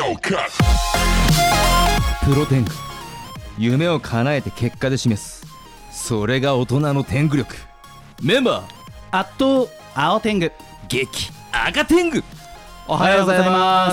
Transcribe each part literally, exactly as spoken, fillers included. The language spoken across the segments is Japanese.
プロテング、夢を叶えて結果で示す、それが大人の天狗力。メンバーあっと青天狗、 激赤天狗。 おはようございます。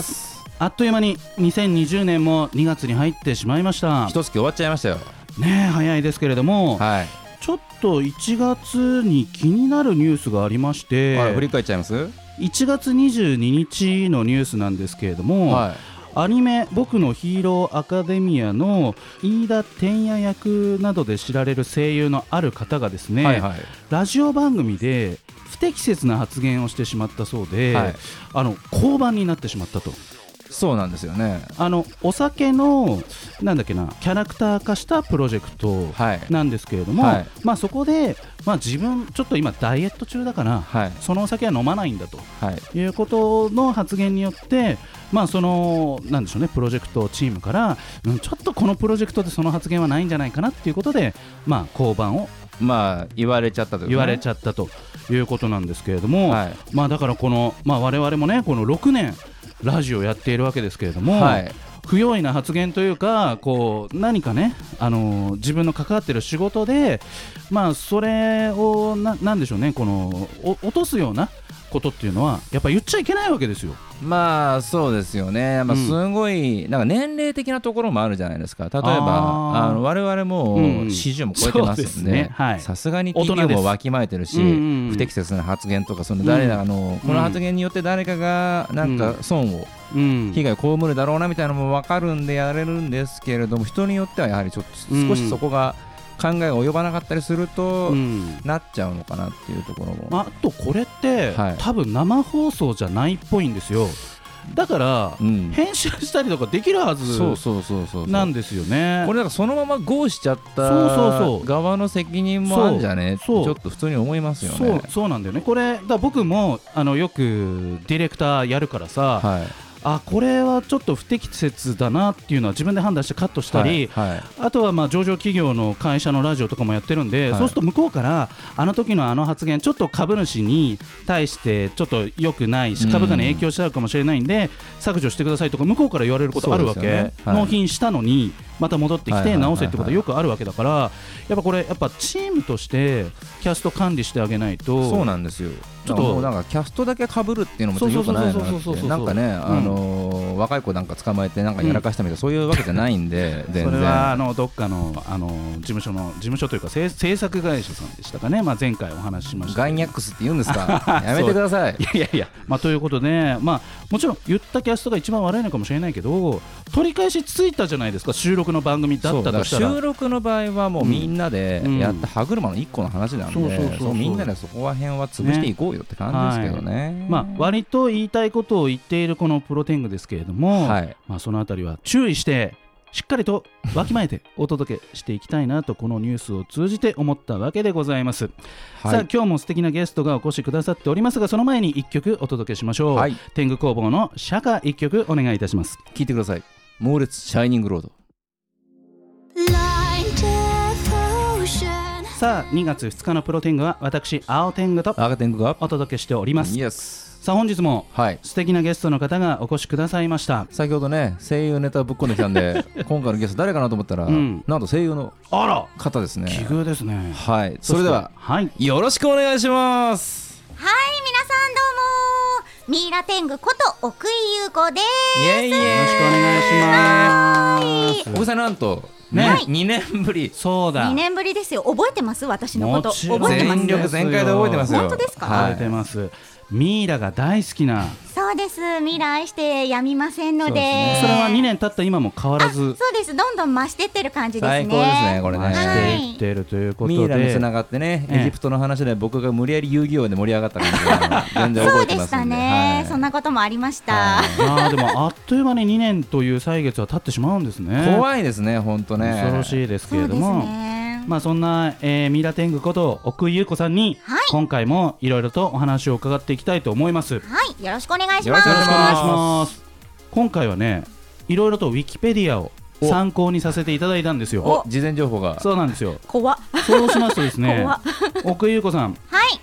あっという間ににせんにじゅうねんもにがつに入ってしまいました。 一月終わっちゃいましたよねえ、早いですけれども、 はい、 ちょっといちがつに気になるニュースがありまして、 はい、振り返っちゃいます。 いちがつにじゅうににちのニュースなんですけれども、はい、アニメ僕のヒーローアカデミアの飯田天也役などで知られる声優のある方がですね、はいはい、ラジオ番組で不適切な発言をしてしまったそうで、はい、あの降板になってしまったと。 そうなんですよね。 あのお酒のなんだっけなキャラクター化したプロジェクトなんですけれども、はい、まあ、そこで、まあ、自分ちょっと今ダイエット中だから、はい、そのお酒は飲まないんだと、はい、いうことの発言によって、まあ、そのなんでしょうね、プロジェクトチームから、うん、ちょっとこのプロジェクトでその発言はないんじゃないかなっていうことで、まあ、降板をまあ言われちゃったという、ね、 言われちゃったということなんですけれども、はい、まあ、だからこの、まあ、我々もねこのろくねんラジオやっているわけですけれども、はい、不用意な発言というか、こう何かね、あのー、自分の関わっている仕事で、まあ、それを な, なんでしょうね、この落とすようなことっていうのはやっぱ言っちゃいけないわけですよ。 まあそうですよね、まあ、すごい、うん、なんか年齢的なところもあるじゃないですか。例えばああの我々もよんじゅうも超えてますんで、さすがに企業もわきまえてるし、うんうん、不適切な発言とかその誰らの、うん、この発言によって誰かがなんか損を、うん、被害を被るだろうなみたいなのも分かるんでやれるんですけれども、人によってはやはりちょっと少しそこが考えが及ばなかったりすると、うん、なっちゃうのかなっていうところも、 あとこれって、はい、多分生放送じゃないっぽいんですよ。だから、うん、編集したりとかできるはずなんですよね。 これだからそのまま ゴー しちゃった側の責任もあるんじゃねってちょっと普通に思いますよね。 そう、そうなんだよね。これだ僕もあのよくディレクターやるからさ、はい、あこれはちょっと不適切だなっていうのは自分で判断してカットしたり、はいはい、あとはまあ上場企業の会社のラジオとかもやってるんで、はい、そうすると向こうからあの時のあの発言ちょっと株主に対してちょっと良くないし株価に影響しちゃうかもしれないんで削除してくださいとか向こうから言われることあるわけ、ね、はい、納品したのにまた戻ってきて直せってことはよくあるわけだから、やっぱこれやっぱチームとしてキャスト管理してあげないと。 そうなんですよ。ちょっとなんかキャストだけ被るっていうのも良くないなって、なんかね、あのー、若い子なんか捕まえてなんかやらかしたみたいな、うん、そういうわけじゃないんで全然それはあのどっかの、あのー、事務所の事務所というか制作会社さんでしたかね、まあ、前回お話ししました。 ガイニャックスって言うんですかやめてください。 いやいやいや、まあ、ということで、まあ、もちろん言ったキャストが一番悪いのかもしれないけど取り返しついたじゃないですか。収録の番組だったとしたら、 収録の場合はもうみんなでやった歯車の一個の話なんで、みんなでそこら辺は潰していこうよって感じですけどね、はい、まあ、 割と言いたいことを言っているこのプロテングですけれども、はい、まあ、そのあたりは注意してしっかりとわきまえてお届けしていきたいなとこのニュースを通じて思ったわけでございます、はい、さあ今日も素敵なゲストがお越しくださっておりますが、その前にいっきょくお届けしましょう、はい、天狗工房のシャカいっきょくお願いいたします。 聞いてください。猛烈シャイニングロード。 さあにがつふつかのプロテングは私青天狗と赤天狗がお届けしております。 Yes。 さあ本日も素敵なゲストの方がお越しくださいました、はい、 先ほどね声優ネタぶっこんできたんで今回のゲスト誰かなと思ったら、うん、なんと声優の方ですね。 奇遇ですね。 はい、それでは、はい、よろしくお願いします。 はい、皆さんどうもミイラ天狗こと奥井優子です。 イエイイエイ、よろしくお願いします。 奥さんなんとね、はい、にねんぶり。 そうだ、 にねんぶりですよ。覚えてます？私のこと覚えてます？ 全力全開で覚えてますよ。 本当ですか？ 覚えてます。ミイラが大好きな。 そうです。ミイラ愛してやみませんの で, そ, で、 ね、それはにねん経った今も変わらず。 そうです。どんどん増してってる感じですね。 最高ですねこれね。 増していってるということで、 ミイラにつながってね、エジプトの話で僕が無理やり遊戯王で盛り上がった感じが全然覚えてますんで。そうでしたね、 はい、そんなこともありました、 はい、あでもあっという間ににねんという歳月は経ってしまうんですね。 怖いですね本当ね。 恐ろしいですけれども、 そうですね。 まあ、そんな、えー、ミイラ天狗こと奥井優子さんに、はい、今回もいろいろとお話を伺っていきたいと思います。 はい、よろしくお願いします。 よろしくお願いします。今回はねいろいろとウィキペディアを参考にさせていただいたんですよ。 お事前情報が。 そうなんですよ。 怖っ。 そうしますとですね奥井優子さん、 はい、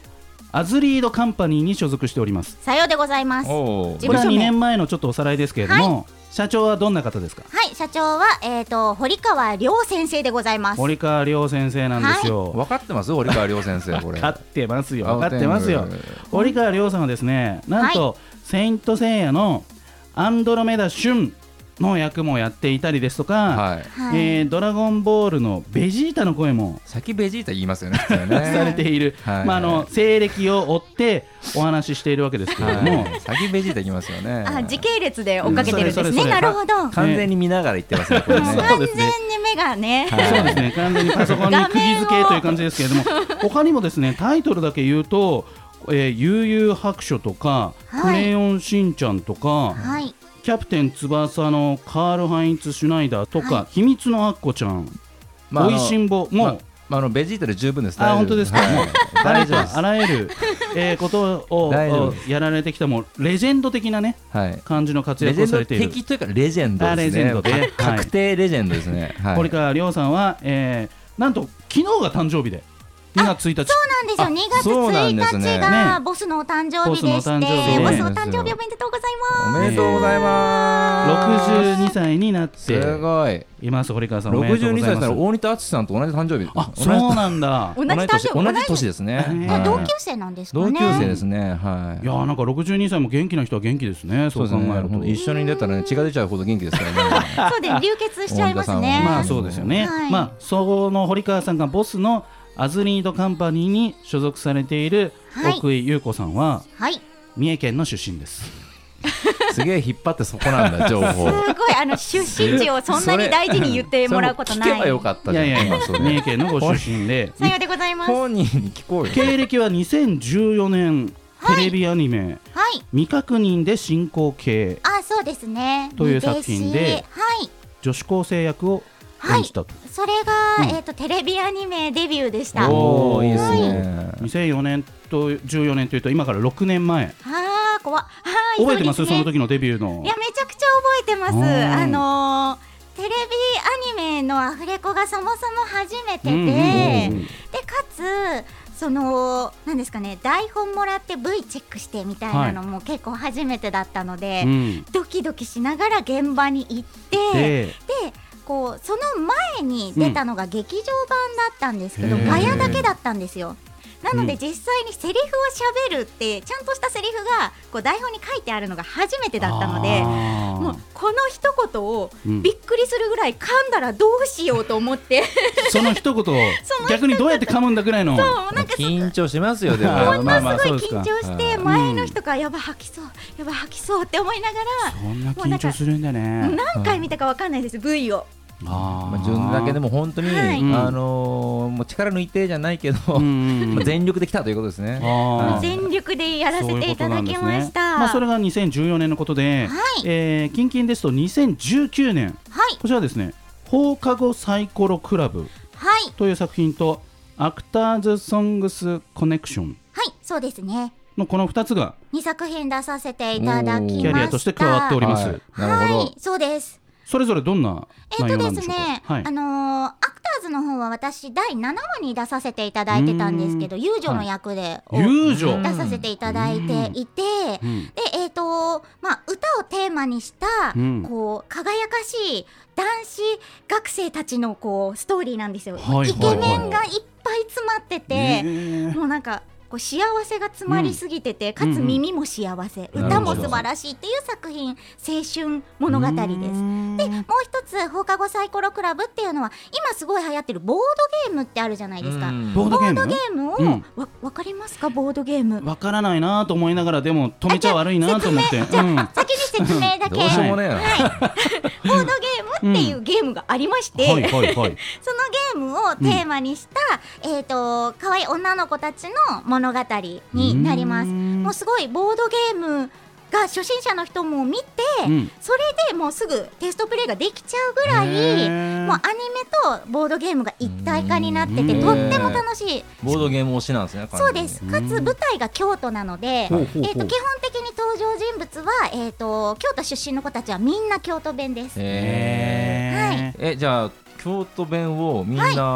アズリードカンパニーに所属しております。 さようでございます。 これはにねんまえのちょっとおさらいですけれども、はい、社長はどんな方ですか？ はい、社長は、えー、と堀川亮先生でございます。 堀川亮先生なんですよ、 はい、分かってます堀川亮先生これ分かってますよ分かってますよ堀川亮さんはですね、なんと、はい、セイントセイヤのアンドロメダ旬の役もやっていたりですとか、はいえー、ドラゴンボールのベジータの声も先ベジータ言いますよね普通ねされている、はいまあ、あの西暦を追ってお話ししているわけですけれども、はい、 先ベジータ言いますよね。 あ時系列で追っかけてるんですね、うん、なるほど。 完全に見ながら言ってますねこれね完全に目がね、 はい、そうですね完全にパソコンに釘付けという感じですけれども他にもですねタイトルだけ言うと、えー、悠々白書とか、はい、クレヨンしんちゃんとか、はいキャプテン翼のカール・ハインツ・シュナイダーとか、はい、秘密のアッコちゃん、まあ、おいしんぼも、ままあ、あのベジータで十分です。 あ本当ですか、はい、 大丈夫です。 あらゆる、えー、ことをやられてきたもレジェンド的な、ねはい、感じの活躍をされている。 レジェンド的というかレジェンドですね。レジェンドで確定レジェンドですね、はい、 堀川亮さんは、えー、なんと昨日が誕生日でにがつついたち。 そうなんですよ。にがつついたちがボスのお誕生日でして、ボスの誕生日おめでとうございます。 おめでとうございます。 ろくじゅうにさいになってすごいいます。堀川さんおめでとうございます。ろくじゅうにさいですから大仁田敦さんと同じ誕生日。 あ、そうなんだ。 同じ誕生日、 同じ年ですね。 同級生なんですかね。 同級生ですね。はい。 いやなんかろくじゅうにさいも元気な人は元気ですね。そう考えると一緒に出たら血が出ちゃうほど元気ですからね。そうで流血しちゃいますね。 まあそうですよね。まあその堀川さんがボスのアズリードカンパニーに所属されている奥井優子さんは、はい、三重県の出身です。 すげえ引っ張ってそこなんだ情報。 すごいあの出身地をそんなに大事に言ってもらうことない。 聞けばよかったじゃん。いやいや三重県のご出身で。 さようでございます。 本人に聞こうよ。 経歴はにせんじゅうよねん、はい、テレビアニメ、はい、未確認で進行形。 あそうですね。 という作品で、はい、女子高生役を演じたと。 はい、それが、うんえー、とテレビアニメデビューでした。 おーいいですね、 はい、にせんよねんとじゅうよねんというと今からろくねんまえ。 あー怖っ。 覚えてます、ね、その時のデビューの。 いやめちゃくちゃ覚えてます。あのー、テレビアニメのアフレコがそもそも初めてで、うんうんうん、でかつそのなんですかね台本もらって V チェックしてみたいなのも結構初めてだったので、はいうん、ドキドキしながら現場に行ってででこうその前に出たのが劇場版だったんですけど、うん、ガヤだけだったんですよ。なので実際にセリフを喋るってちゃんとしたセリフがこう台本に書いてあるのが初めてだったので、もうこの一言をびっくりするぐらい噛んだらどうしようと思って、うん、 その一言を逆にどうやって噛むんだぐらいの。 そうなんか緊張しますよ。でもものすごい緊張して前の人がやば吐きそうやば吐きそうって思いながら、 そんな緊張するんだね。 何回見たか分かんないです V を。 あまあ、自分だけでも本当に、はいあのー、もう力抜いてじゃないけど、うんうんうん、全力できたということですね。 あ全力でやらせていただきました。 そ, ういうことなんですね。 まあ、それがにせんじゅうよねんのことで、はいえー、近々ですとにせんじゅうきゅうねん、はい、こちらですね放課後サイコロクラブという作品と、アクターズソングスコネクション、 はいそうですねのこのふたつがにさく品出させていただきました。 キャリアとして加わっております。はい、 なるほど、はい、そうです。 それぞれどんな内容なんでしょうか。 えーとですね、はい、あのー、アクターズの方は私だいななわに出させていただいてたんですけど、遊女の役で、 はい、遊女出させていただいていて、でえーとまあ、歌をテーマにした、こう輝かしい男子学生たちのこうストーリーなんですよ。はいはいはい、イケメンがいっぱい詰まってて、もうなんかこう幸せが詰まりすぎてて、うん、かつ耳も幸せ、うんうん、歌も素晴らしいっていう作品、青春物語です。でもう一つ放課後サイコロクラブっていうのは今すごい流行ってるボードゲームってあるじゃないですか。ボードゲーム、ボードゲームを、うん、わ分かりますか。ボードゲーム分からないなと思いながら、でも止めちゃ悪いなと思って、 じゃあ、うん、先に説明だけどうしようもねえな、はい、 ボードゲームっていうゲームがありまして、うんはいはいはい、そのゲームをテーマにした、うんえーと、可愛い女の子たちの物語になります。もうすごいボードゲームが初心者の人も見て、うん、それでもうすぐテストプレイができちゃうぐらい、もうアニメとボードゲームが一体化になっててとっても楽しい。 ボードゲーム推しなんですね。 そうです。かつ舞台が京都なので、えー、と基本的に登場人物は、えー、と京都出身の子たちはみんな京都弁です。 へー、はい、えじゃあ京都弁をみんな、はい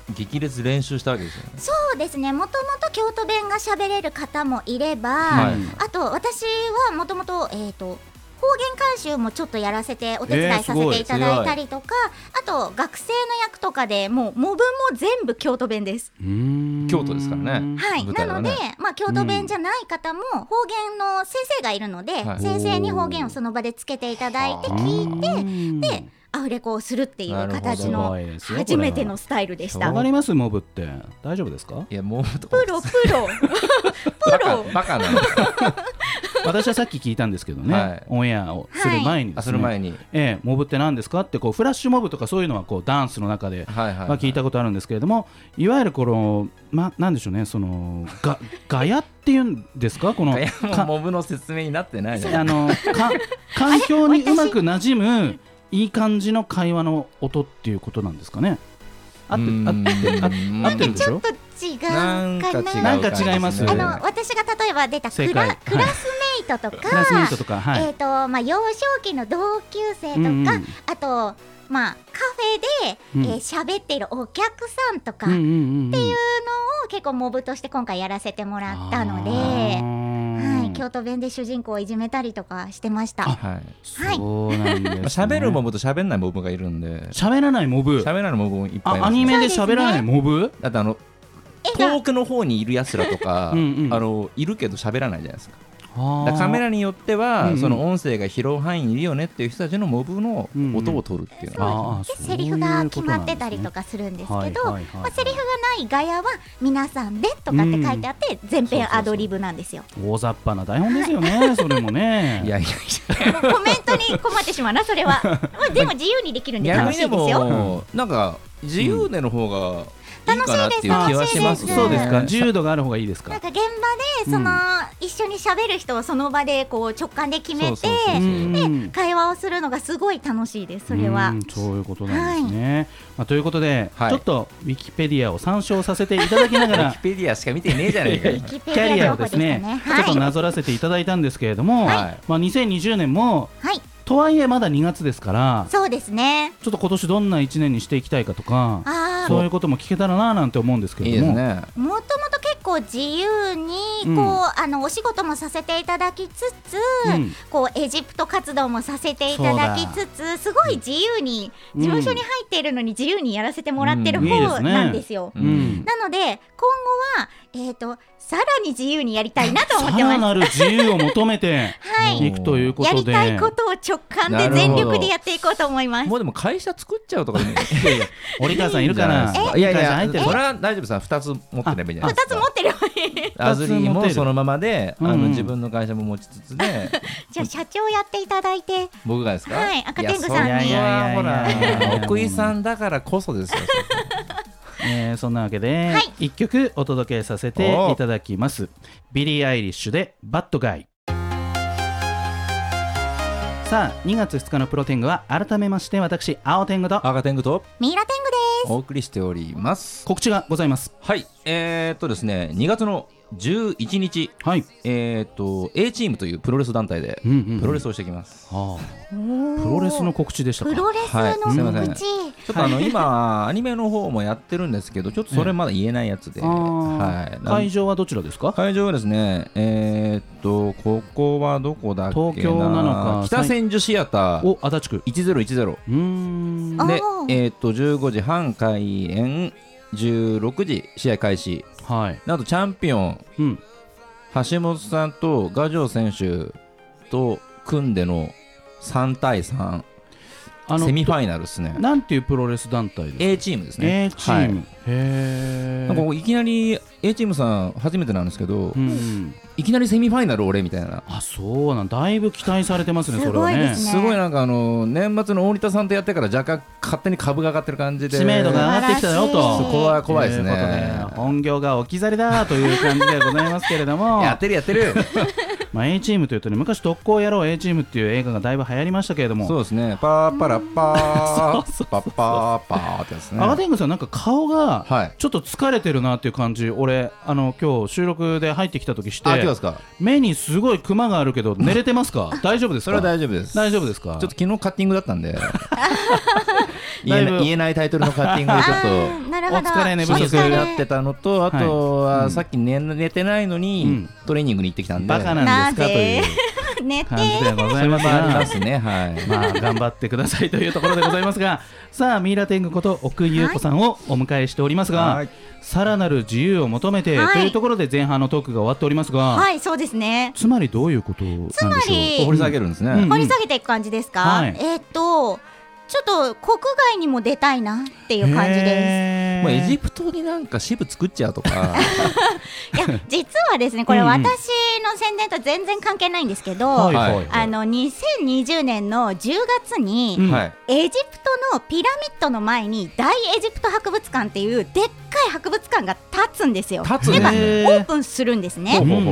激烈練習したわけですよね。 そうですね、もともと京都弁が喋れる方もいれば、はい、あと私はもともとえっと方言監修もちょっとやらせてお手伝いさせていただいたりとか、えー、あと学生の役とかでもうモブも全部京都弁です。 うーん、京都ですからね。 はい、なので、まあ、京都弁じゃない方も方言の先生がいるので、はい、先生に方言をその場でつけていただいて聞いて、でアフレコをするっていう形の初めてのスタイルでした。 わかります？モブって大丈夫ですか？ いや、モブとプロプロプロバカなの私はさっき聞いたんですけどね、はい、オンエアをする前にですね、はい、 する前に、 えー、モブって何ですかってこうフラッシュモブとかそういうのはこうダンスの中で、はいはいはい、まあ、聞いたことあるんですけれども、いわゆるこの、ま、なんでしょうね、そのガ, ガヤっていうんですか、このガヤもモブの説明になってないじゃん。 あのか環境にうまく馴染むいい感じの会話の音っていうことなんですかね。合って合って合ってるでしょ。 ちょっと違うかな。 なんか違います。 あの私が例えば出たク ラ, クラスメイトとか、 クラスメイトとか、はい、 えっ、ー、とまあ幼少期の同級生とか、うんうん、あとまあカフェで喋、うん、えー、っているお客さんとかっていうのを結構モブとして今回やらせてもらったので、はい、京都弁で主人公をいじめたりとかしてました。 はい、そうなんですね。喋るモブと喋らないモブがいるんで。 喋らないモブ、 喋らないモブもいっぱいいます、ね。 アニメで喋らないモブ？ だってあの遠くの方にいるやつらとかうん、うん、あのいるけど喋らないじゃないですか。だカメラによっては、うんうん、その音声が拾う範囲にいるよねっていう人たちのモブの音を取るっていうのは、 うんうん、セリフが決まってたりとかするんですけど、まあ、セリフがないガヤは皆さんでとかって書いてあって、うん、全編アドリブなんですよ。 大雑把な台本ですよね、はい、それもね。 いやいやいやコメントに困ってしまうなそれは。まあ、でも自由にできるんで楽しいですよ。 なんか自由での方が、うんいいかなっていう気はします。 そうですか。自由度がある方がいいですか。 なんか現場でその、うん、一緒に喋る人をその場でこう直感で決めて、で会話をするのがすごい楽しいです。それは。 うん、そういうことなんですね。はい、まあ、ということで、はい、ちょっとウィキペディアを参照させていただきながら、 ウィキペディアしか見てねえじゃないか。 キャリアをですね、はい、ちょっとなぞらせていただいたんですけれども、はい、まあにせんにじゅうねんも。はい、とはいえまだにがつですから、 そうですね、 ちょっと今年どんないちねんにしていきたいかとか、そういうことも聞けたらななんて思うんですけれども、いいですね、 もともと結構自由にこう、うん、あのお仕事もさせていただきつつ、うん、こうエジプト活動もさせていただきつつ、すごい自由に、うん、事務所に入っているのに自由にやらせてもらってる方なんですよ。うんいいですね、なので今後は、えーと、さらに自由にやりたいなと思ってます。 さらなる自由を求めていくということで、 やりたいことを直感で全力でやっていこうと思います。 もうでも会社作っちゃうとかでもいいや折川さんいるかな。 いやいや、それは大丈夫さんふたつ持ってればいいじゃないですか。 ふたつ持ってればいい。 アズリーもそのままで、あの自分の会社も持ちつつで、 じゃあ社長やっていただいて。 僕がですか。 はい、赤天狗さんに。 いやほら奥井さんだからこそですよ。 えー、そんなわけで、はい、いっきょくお届けさせていただきます。ビリー・アイリッシュでバッドガイ。さあにがつふつかのプロテングは改めまして私青天狗と赤天狗とミイラ天狗ですお送りしております。 告知がございます。 はい、えー、っとですねにがつのじゅういちにち、はい、えー、っと A チームというプロレス団体でプロレスをしてきます。うんうんうん、 はあ、プロレスの告知でしたか。 プロレスの告知、はい、すいません。 ちょっとあの今アニメの方もやってるんですけど、ちょっとそれまだ言えないやつで、 はい、会場はどちらですか。 会場はですね、えー、っとここはどこだっけな。 東京なのか北千住シアター、 お足立区いちぜろいちぜろうーんで、えー、っとじゅうごじはん開演、じゅうろくじ試合開始、はい、あとチャンピオン、うん、橋本さんとガジョウ選手と組んでのさんたいさん、あのセミファイナルですね。 なんていうプロレス団体ですか。 A チームですね。 A チーム、はい、へー、なんかいきなり A チームさん初めてなんですけど、うんうん、いきなりセミファイナル俺みたいな。 あ、そうなん、だいぶ期待されてますね。それはね、 すごいなんかあの年末の大仁田さんとやってから若干勝手に株が上がってる感じで知名度が上がってきたよと。 そこは怖いですね。 ね、本業が置き去りだという感じでございますけれどもやってるやってるまあ、A チームというとね、昔特攻野郎 A チームっていう映画がだいぶ流行りましたけれども、 そうですね、パーパラパーそうそうパッパーパーってやつね。 赤天狗さんなんか顔がちょっと疲れてるなっていう感じ、はい、俺あの今日収録で入ってきた時して、目にすごいクマがあるけど寝れてますか？大丈夫ですか？ それは大丈夫です。 大丈夫ですか？ ちょっと昨日カッティングだったんで言え, 言えないタイトルのカッティングでちょっとお疲れ寝不足になってたのと、あとはさっき 寝, 寝てないのにトレーニングに行ってきたんで、 バカなんですかという寝て感じでございますが、 ありますね、はい、 まあ頑張ってくださいというところでございますがさあミイラ天狗こと奥井優子さんをお迎えしておりますが、はい、さらなる自由を求めて、はい、というところで前半のトークが終わっておりますが、 はいそうですね。 つまりどういうことなんでしょう？ つまり掘り下げるんですね、うんうん、 掘り下げていく感じですか、はい、えー、っとちょっと国外にも出たいなっていう感じです。 もうエジプトになんか支部作っちゃうとかいや実はですねこれ私の宣伝と全然関係ないんですけど、はいはいはい、あのにせんにじゅうねんのじゅうがつに、うん、エジプトのピラミッドの前に大エジプト博物館っていうでっかい博物館が建つんですよ。 建つね。 オープンするんですね。 うんうんうん、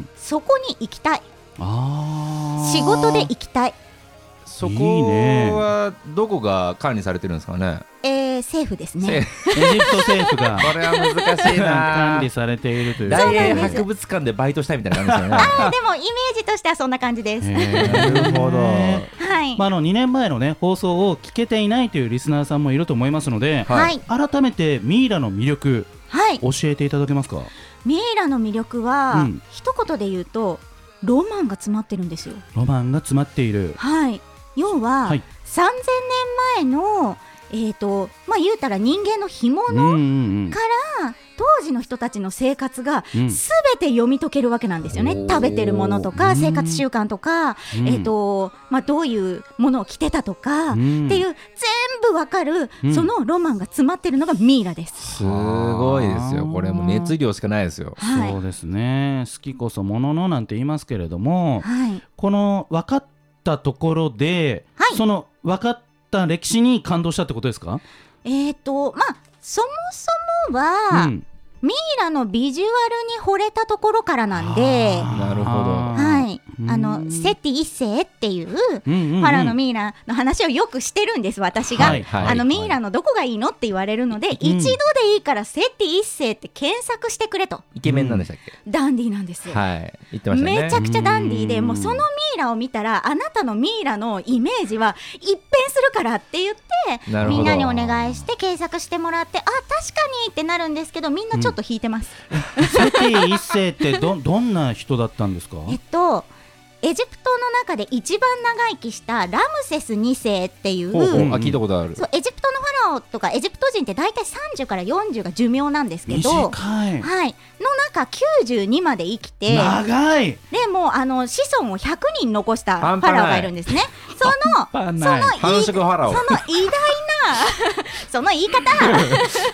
そこに行きたい。 あ仕事で行きたい。 そこはどこが管理されてるんですかね？ えー、政府ですね。 エジプト政府がこれは難しいな管理されているという。 大英博物館でバイトしたいみたいな感じですよね。 あでもイメージとしてはそんな感じです。 なるほど、 はい。 まあ、あのにねんまえの、ね、放送を聞けていないというリスナーさんもいると思いますので、はい、改めてミイラの魅力、はい、教えていただけますか？ ミイラの魅力は、うん、一言で言うとロマンが詰まってるんですよ。 ロマンが詰まっている。 はい。要は、はい、さんぜんねんまえの、えーとまあ、言うたら人間の干物から、うんうんうん、当時の人たちの生活がすべて読み解けるわけなんですよね、うん、食べてるものとか生活習慣とか、うんえーとまあ、どういうものを着てたとか、うん、っていう全部わかる、うん、そのロマンが詰まってるのがミイラです。 すごいですよ。これも熱量しかないですよ、 はい、そうですね。好きこそもののなんて言いますけれども、はい、この分かったところで、はい、その分かった歴史に感動したってことですか？ えーとまあそもそもは、うん、ミイラのビジュアルに惚れたところからなんで。 なるほど、 はい、あのセティ一世っていうファラオのミイラの話をよくしてるんです私が、はいはい、あのミイラのどこがいいのって言われるので、うん、一度でいいからセティ一世って検索してくれと。 イケメンなんでしたっけ？ ダンディーなんですよ、 はい、言ってましたね。 めちゃくちゃダンディーで、もうそのミイラを見たらあなたのミイラのイメージは一変するからって言ってみんなにお願いして検索してもらって、あ確かにってなるんですけどみんなちょっと引いてます、 うん、セティ一世って ど, どんな人だったんですか？ えっとエジプトの中で一番長生きしたラムセスにせいっていう、 ほうほう、あ聞いたことある。 そうエジプトのファラオとかエジプト人って大体さんじゅうからよんじゅうが寿命なんですけど、 短い、 はい、の中きゅうじゅうにまで生きて、 長い。 でもあの子孫をひゃくにん残したファラオがいるんですね。そのその繁殖ファラオ、 その偉大なその言い方そのファラ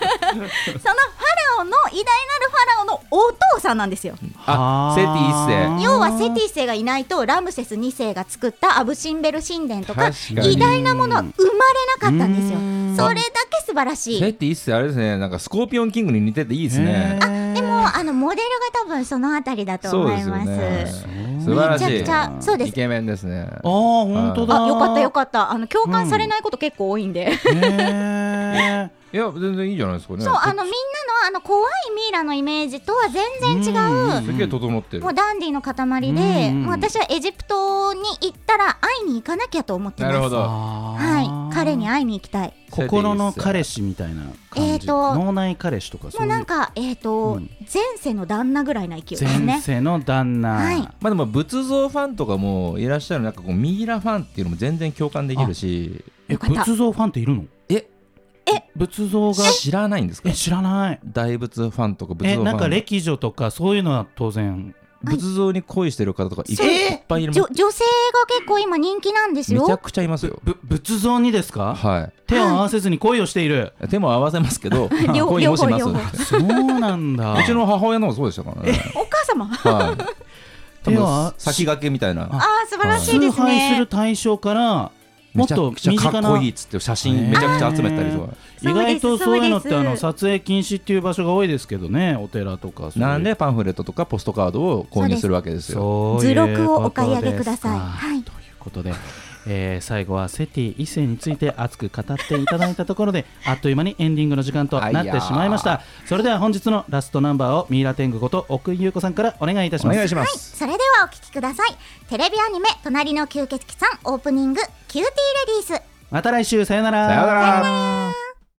オの偉大なるファラオのお父さんなんですよ。 あセティ一世。 要はセティ一世がいないとラムセスにせいが作ったアブシンベル神殿とか偉大なものは生まれなかったんですよ。それだけ素晴らしい。 セティ一世あれですね、なんかスコーピオンキングに似てていいですね。 あでもあのモデルが多分そのあたりだと思います。 そうですよね、素晴らしい。めちゃくちゃそうです。イケメンですね。 あ本当だ。 あよかったよかった。あの共感されないこと結構多いんで、うん、 へいや全然いいじゃないですかね。 そうあのみんなのあの怖いミイラのイメージとは全然違う、 すげえ整ってる、 もうダンディーの塊で、もう私はエジプトに行ったら会いに行かなきゃと思ってます。 なるほど、 はい、彼に会いに行きたい。 心の彼氏みたいな感じ、えー、と脳内彼氏とかそういう、 もうなんか、えーとうん、前世の旦那ぐらいな勢いですね。 前世の旦那、はい、 まあ、でも仏像ファンとかもいらっしゃる。なんかこうミイラファンっていうのも全然共感できるし。 え仏像ファンっているの？ ええ仏像が知らないんですか？ え知らない。 大仏ファンとか仏像ファン、 えなんか歴女とかそういうのは当然仏像に恋してる方とかいっぱいいる。 女性が結構今人気なんですよ。 めちゃくちゃいますよ。 仏像にですか？ はい。 手を合わせずに恋をしている。 手も合わせますけど恋もします。 そうなんだ。 うちの母親のもそうでしたからね。 お母様、 はい、手は先駆けみたいな。 ああ素晴らしいですね。 崇拝する対象からもっと身近な、めちゃかっこいいっつって写真めちゃくちゃ集めたりとか、 意外とそういうのってあの撮影禁止っていう場所が多いですけどね、お寺とか。 なんでパンフレットとかポストカードを購入するわけですよ。 図録をお買い上げください。 はい、ということで、えー、最後はセティ一世について熱く語っていただいたところであっという間にエンディングの時間となってしまいました。それでは本日のラストナンバーをミイラ天狗こと奥井優子さんからお願いいたします。 お願いします。 はい、それではお聞きください。テレビアニメ隣の吸血鬼さんオープニングキューティーレディース。 また来週、さよなら。 さよなら。